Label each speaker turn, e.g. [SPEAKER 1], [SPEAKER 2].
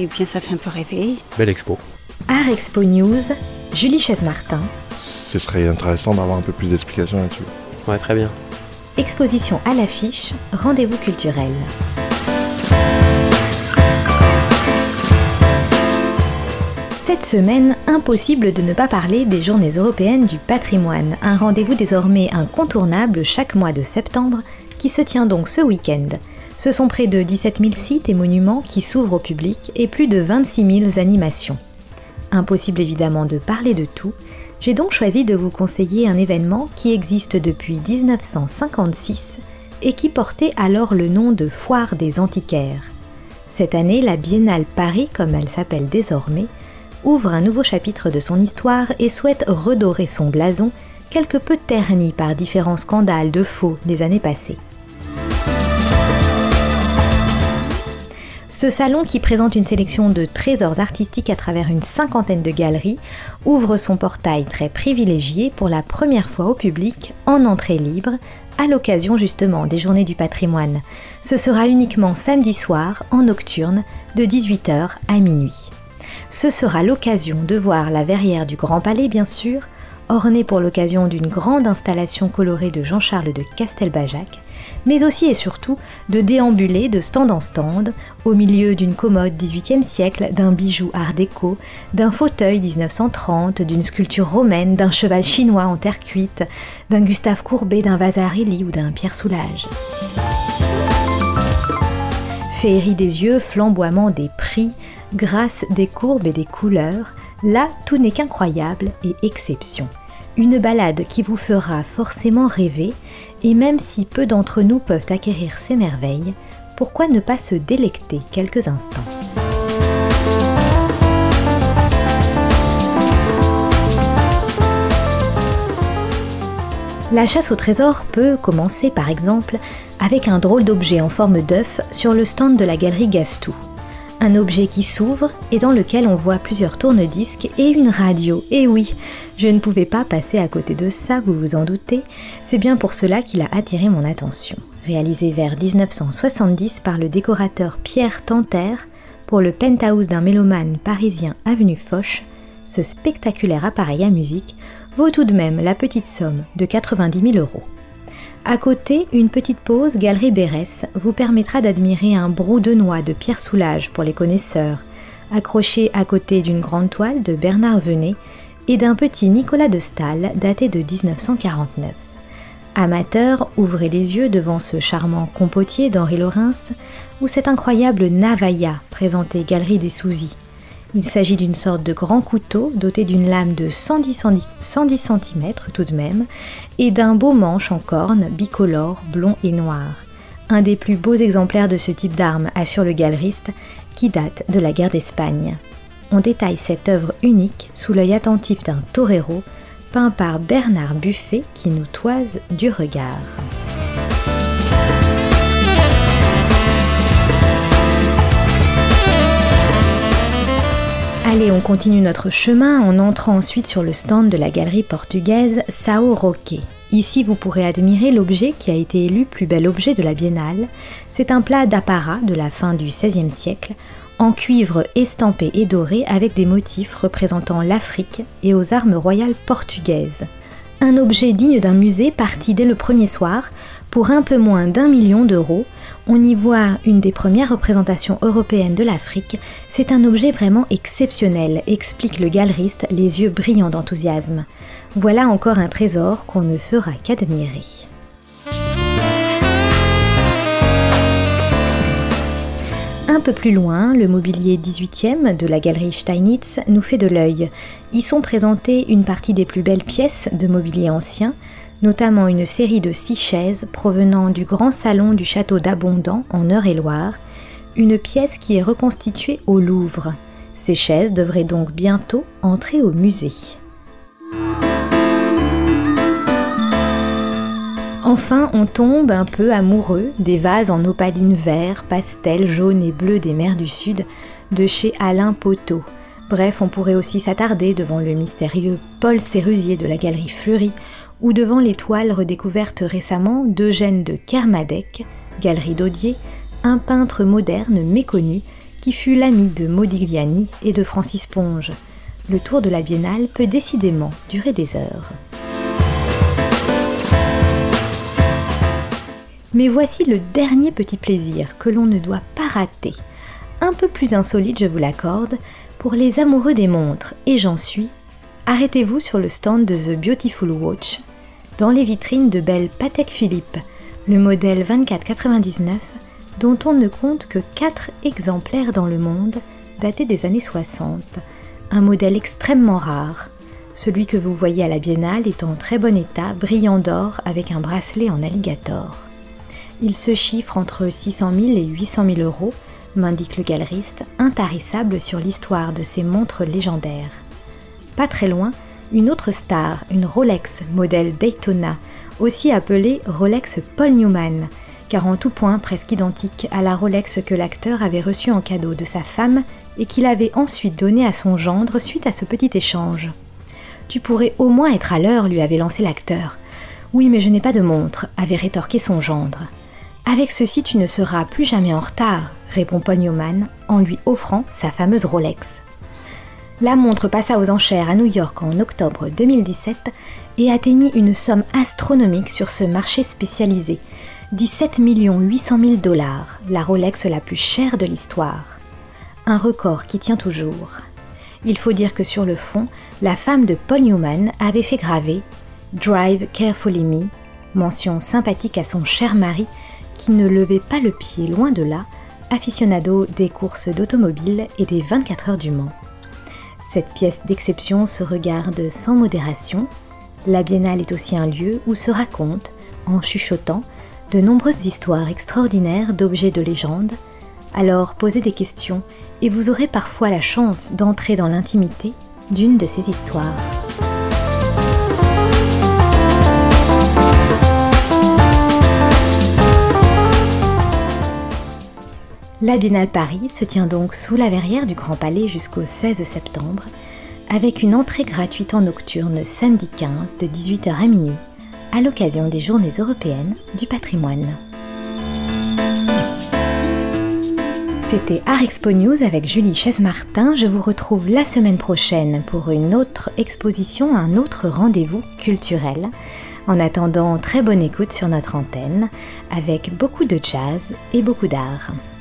[SPEAKER 1] et bien ça fait un peu rêver.
[SPEAKER 2] Belle expo.
[SPEAKER 3] Art Expo News, Julie Chaise-Martin.
[SPEAKER 4] Ce serait intéressant d'avoir un peu plus d'explications là-dessus.
[SPEAKER 2] Ouais, très bien.
[SPEAKER 3] Exposition à l'affiche, rendez-vous culturel. Cette semaine, impossible de ne pas parler des Journées européennes du patrimoine, un rendez-vous désormais incontournable chaque mois de septembre qui se tient donc ce week-end. Ce sont près de 17 000 sites et monuments qui s'ouvrent au public et plus de 26 000 animations. Impossible évidemment de parler de tout, j'ai donc choisi de vous conseiller un événement qui existe depuis 1956 et qui portait alors le nom de Foire des Antiquaires. Cette année, la Biennale Paris, comme elle s'appelle désormais, ouvre un nouveau chapitre de son histoire et souhaite redorer son blason, quelque peu terni par différents scandales de faux des années passées. Ce salon, qui présente une sélection de trésors artistiques à travers une cinquantaine de galeries, ouvre son portail très privilégié pour la première fois au public, en entrée libre, à l'occasion justement des Journées du patrimoine. Ce sera uniquement samedi soir, en nocturne, de 18h à minuit. Ce sera l'occasion de voir la verrière du Grand Palais, bien sûr, ornée pour l'occasion d'une grande installation colorée de Jean-Charles de Castelbajac, mais aussi et surtout de déambuler de stand en stand, au milieu d'une commode 18e siècle, d'un bijou art déco, d'un fauteuil 1930, d'une sculpture romaine, d'un cheval chinois en terre cuite, d'un Gustave Courbet, d'un Vasarely ou d'un Pierre Soulages. Féerie des yeux, flamboiement des prix, grâce des courbes et des couleurs, là tout n'est qu'incroyable et exception. Une balade qui vous fera forcément rêver, et même si peu d'entre nous peuvent acquérir ces merveilles, pourquoi ne pas se délecter quelques instants ? La chasse au trésor peut commencer par exemple avec un drôle d'objet en forme d'œuf sur le stand de la galerie Gastou. Un objet qui s'ouvre et dans lequel on voit plusieurs tourne-disques et une radio. Et oui, je ne pouvais pas passer à côté de ça, vous vous en doutez, c'est bien pour cela qu'il a attiré mon attention. Réalisé vers 1970 par le décorateur Pierre Tanter pour le penthouse d'un mélomane parisien avenue Foch, ce spectaculaire appareil à musique vaut tout de même la petite somme de 90 000 €. À côté, une petite pause Galerie Bérès vous permettra d'admirer un brou de noix de Pierre Soulages pour les connaisseurs, accroché à côté d'une grande toile de Bernard Venet et d'un petit Nicolas de Staël daté de 1949. Amateurs, ouvrez les yeux devant ce charmant compotier d'Henri Laurens ou cette incroyable Navaya présentée Galerie des Souzis. Il s'agit d'une sorte de grand couteau doté d'une lame de 110 cm tout de même et d'un beau manche en corne bicolore, blond et noir. Un des plus beaux exemplaires de ce type d'arme, assure le galeriste, qui date de la guerre d'Espagne. On détaille cette œuvre unique sous l'œil attentif d'un torero, peint par Bernard Buffet qui nous toise du regard. Allez, on continue notre chemin en entrant ensuite sur le stand de la galerie portugaise Sao Roque. Ici, vous pourrez admirer l'objet qui a été élu plus bel objet de la Biennale. C'est un plat d'apparat de la fin du XVIe siècle, en cuivre estampé et doré avec des motifs représentant l'Afrique et aux armes royales portugaises. Un objet digne d'un musée parti dès le premier soir pour un peu moins d'1 million €. On y voit une des premières représentations européennes de l'Afrique. C'est un objet vraiment exceptionnel, explique le galeriste, les yeux brillants d'enthousiasme. Voilà encore un trésor qu'on ne fera qu'admirer. Un peu plus loin, le mobilier 18e de la galerie Steinitz nous fait de l'œil. Y sont présentées une partie des plus belles pièces de mobilier ancien, notamment une série de 6 chaises provenant du grand salon du château d'Abondant en Eure-et-Loire, une pièce qui est reconstituée au Louvre. Ces chaises devraient donc bientôt entrer au musée. Enfin, on tombe un peu amoureux des vases en opaline vert, pastel, jaune et bleu des mers du Sud de chez Alain Poteau. Bref, on pourrait aussi s'attarder devant le mystérieux Paul Sérusier de la galerie Fleury ou devant les toiles redécouvertes récemment d'Eugène de Kermadec, galerie d'Audier, un peintre moderne méconnu qui fut l'ami de Modigliani et de Francis Ponge. Le tour de la Biennale peut décidément durer des heures. Mais voici le dernier petit plaisir que l'on ne doit pas rater. Un peu plus insolite, je vous l'accorde, pour les amoureux des montres, et j'en suis. Arrêtez-vous sur le stand de The Beautiful Watch, dans les vitrines de belle Patek Philippe, le modèle 2499, dont on ne compte que 4 exemplaires dans le monde, datés des années 60. Un modèle extrêmement rare. Celui que vous voyez à la Biennale est en très bon état, brillant d'or avec un bracelet en alligator. Il se chiffre entre 600 000 et 800 000 euros, m'indique le galeriste, intarissable sur l'histoire de ces montres légendaires. Pas très loin, une autre star, une Rolex modèle Daytona, aussi appelée Rolex Paul Newman, car en tout point presque identique à la Rolex que l'acteur avait reçue en cadeau de sa femme et qu'il avait ensuite donnée à son gendre suite à ce petit échange. « Tu pourrais au moins être à l'heure », lui avait lancé l'acteur. « Oui, mais je n'ai pas de montre », avait rétorqué son gendre. « Avec ceci, tu ne seras plus jamais en retard », répond Paul Newman en lui offrant sa fameuse Rolex. La montre passa aux enchères à New York en octobre 2017 et atteignit une somme astronomique sur ce marché spécialisé, 17 800 000 $, la Rolex la plus chère de l'histoire. Un record qui tient toujours. Il faut dire que sur le fond, la femme de Paul Newman avait fait graver « Drive carefully me », mention sympathique à son cher mari qui ne levait pas le pied loin de là, aficionado des courses d'automobile et des 24 heures du Mans. Cette pièce d'exception se regarde sans modération. La Biennale est aussi un lieu où se racontent, en chuchotant, de nombreuses histoires extraordinaires d'objets de légende. Alors posez des questions et vous aurez parfois la chance d'entrer dans l'intimité d'une de ces histoires. La Biennale Paris se tient donc sous la verrière du Grand Palais jusqu'au 16 septembre, avec une entrée gratuite en nocturne samedi 15 de 18h à minuit, à l'occasion des Journées européennes du patrimoine. C'était Art Expo News avec Julie Chaise-Martin. Je vous retrouve la semaine prochaine pour une autre exposition, un autre rendez-vous culturel. En attendant, très bonne écoute sur notre antenne, avec beaucoup de jazz et beaucoup d'art.